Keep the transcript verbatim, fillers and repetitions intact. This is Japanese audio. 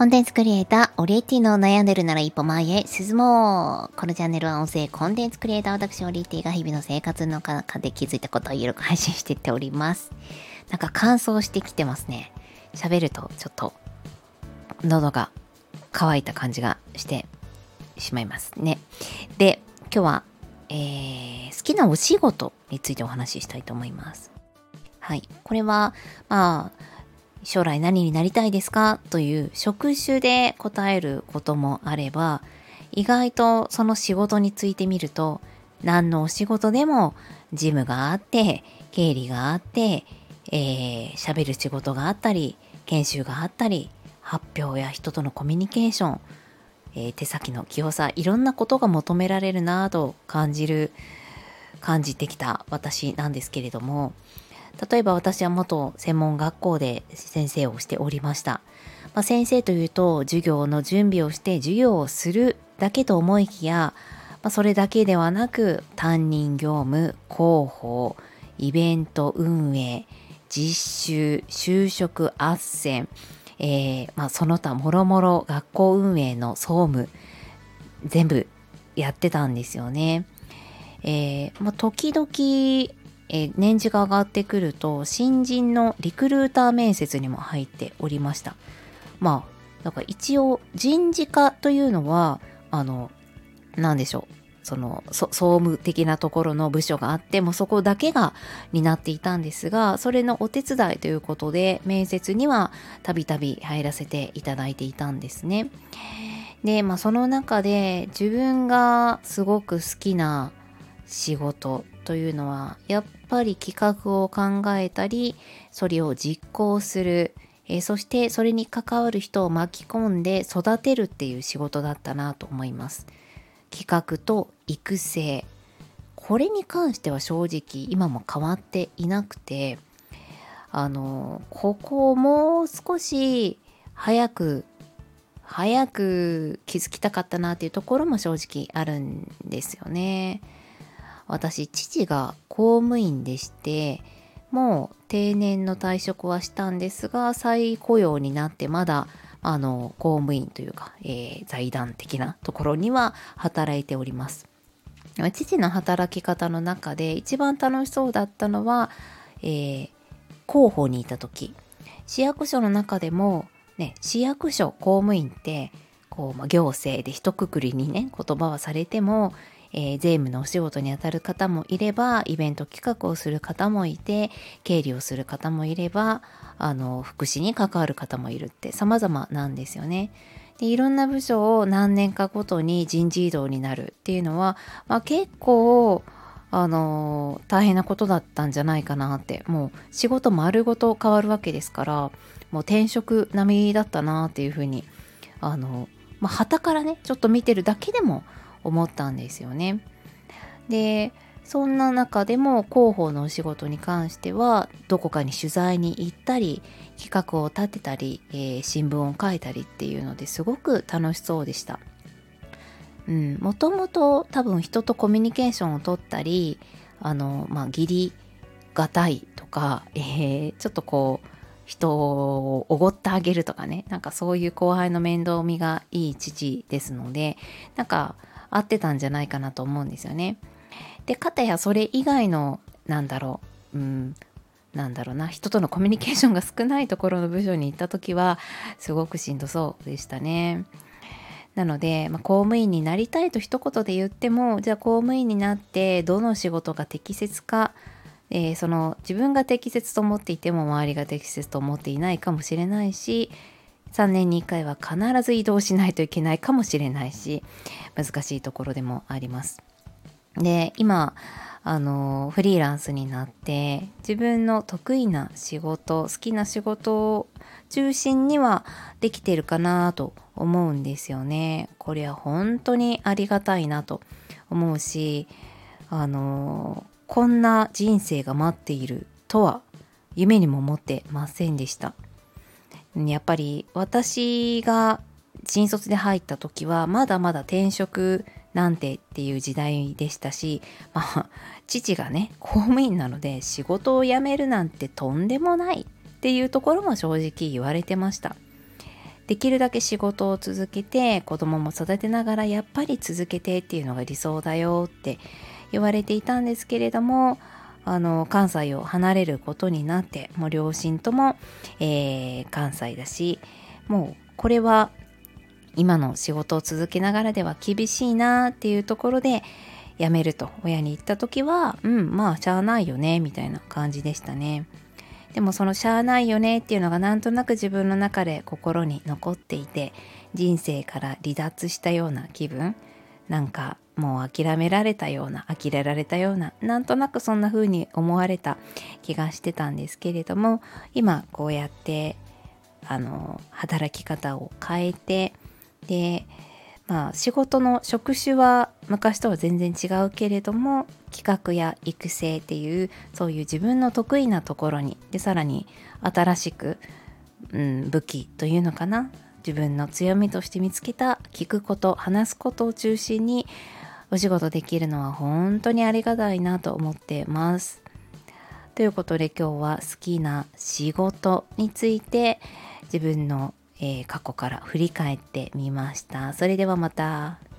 コンテンツクリエイター、オリエティの悩んでるなら一歩前へ進もう。このチャンネルは音声コンテンツクリエイター、私オリエティが日々の生活の中で気づいたことをゆるく配信していっております。なんか乾燥してきてますね。喋るとちょっと喉が渇いた感じがしてしまいますね。で、今日は、えー、好きなお仕事についてお話ししたいと思います。はい。これは、まあ、将来何になりたいですかという職種で答えることもあれば、意外とその仕事についてみると、何のお仕事でも事務があって、経理があって、えー、喋る仕事があったり、研修があったり、発表や人とのコミュニケーション、えー、手先の器用さ、いろんなことが求められるなぁと感じる、感じてきた私なんですけれども、例えば私は元専門学校で先生をしておりました。まあ、先生というと授業の準備をして授業をするだけと思いきや、まあ、それだけではなく担任業務、広報、イベント運営、実習、就職斡旋、えーまあ、その他もろもろ学校運営の総務全部やってたんですよね。えーまあ、時々えー、年次が上がってくると新人のリクルーター面接にも入っておりました。まあだから一応人事課というのはあの何でしょうその総務的なところの部署があってもそこだけが担っていたんですが、それのお手伝いということで面接にはたびたび入らせていただいていたんですね。で、まあその中で自分がすごく好きな仕事というのはやっぱり企画を考えたりそれを実行する、えー、そしてそれに関わる人を巻き込んで育てるっていう仕事だったなと思います。企画と育成、これに関しては正直今も変わっていなくて、あのここをもう少し早く早く気づきたかったなっていうところも正直あるんですよね。私、父が公務員でして、もう定年の退職はしたんですが、再雇用になってまだ、あの、公務員というか、えー、財団的なところには働いております。父の働き方の中で一番楽しそうだったのは、えー、広報にいた時、市役所の中でも、ね、市役所公務員って、こう、まあ、行政で一括りにね、言葉はされても、えー、税務のお仕事にあたる方もいれば、イベント企画をする方もいて、経理をする方もいれば、あの福祉に関わる方もいるって様々なんですよね。で、いろんな部署を何年かごとに人事異動になるっていうのは、まあ、結構あの大変なことだったんじゃないかなって。もう仕事丸ごと変わるわけですから、もう転職並みだったなっていうふうにあのまあ傍からねちょっと見てるだけでも思ったんですよね。で、そんな中でも広報のお仕事に関してはどこかに取材に行ったり企画を立てたり、えー、新聞を書いたりっていうのですごく楽しそうでした。うん、もともと多分人とコミュニケーションを取ったり、あのまあ義理がたいとか、えー、ちょっとこう人をおごってあげるとかね、なんかそういう後輩の面倒見がいい父ですので、なんか合ってたんじゃないかなと思うんですよね。で、かたやそれ以外のなんだろう、うん、なんだろうな、人とのコミュニケーションが少ないところの部署に行った時はすごくしんどそうでしたね。なので、まあ、公務員になりたいと一言で言っても、じゃあ公務員になってどの仕事が適切か、えー、その自分が適切と思っていても周りが適切と思っていないかもしれないし、さんねんにいっかいは必ず移動しないといけないかもしれないし、難しいところでもあります。で、今あのフリーランスになって自分の得意な仕事、好きな仕事を中心にはできてるかなと思うんですよね。これは本当にありがたいなと思うし、あのこんな人生が待っているとは夢にも思ってませんでした。やっぱり私が新卒で入った時はまだまだ転職なんてっていう時代でしたし、まあ父がね公務員なので仕事を辞めるなんてとんでもないっていうところも正直言われてました。 できるだけ仕事を続けて子供も育てながらやっぱり続けてっていうのが理想だよって言われていたんですけれども、あの関西を離れることになって、もう両親とも、えー、関西だし、もうこれは今の仕事を続けながらでは厳しいなっていうところで辞めると親に言った時は、うんまあしゃあないよねみたいな感じでしたね。でもそのしゃあないよねっていうのがなんとなく自分の中で心に残っていて、人生から離脱したような気分、なんかもう諦められたような、呆れられたような、なんとなくそんな風に思われた気がしてたんですけれども、今こうやってあの働き方を変えて、でまあ仕事の職種は昔とは全然違うけれども、企画や育成っていうそういう自分の得意なところに、でさらに新しく、うん、武器というのかな、自分の強みとして見つけた聞くこと、話すことを中心にお仕事できるのは本当にありがたいなと思ってます。ということで今日は好きな仕事について自分の、えー過去から振り返ってみました。それではまた。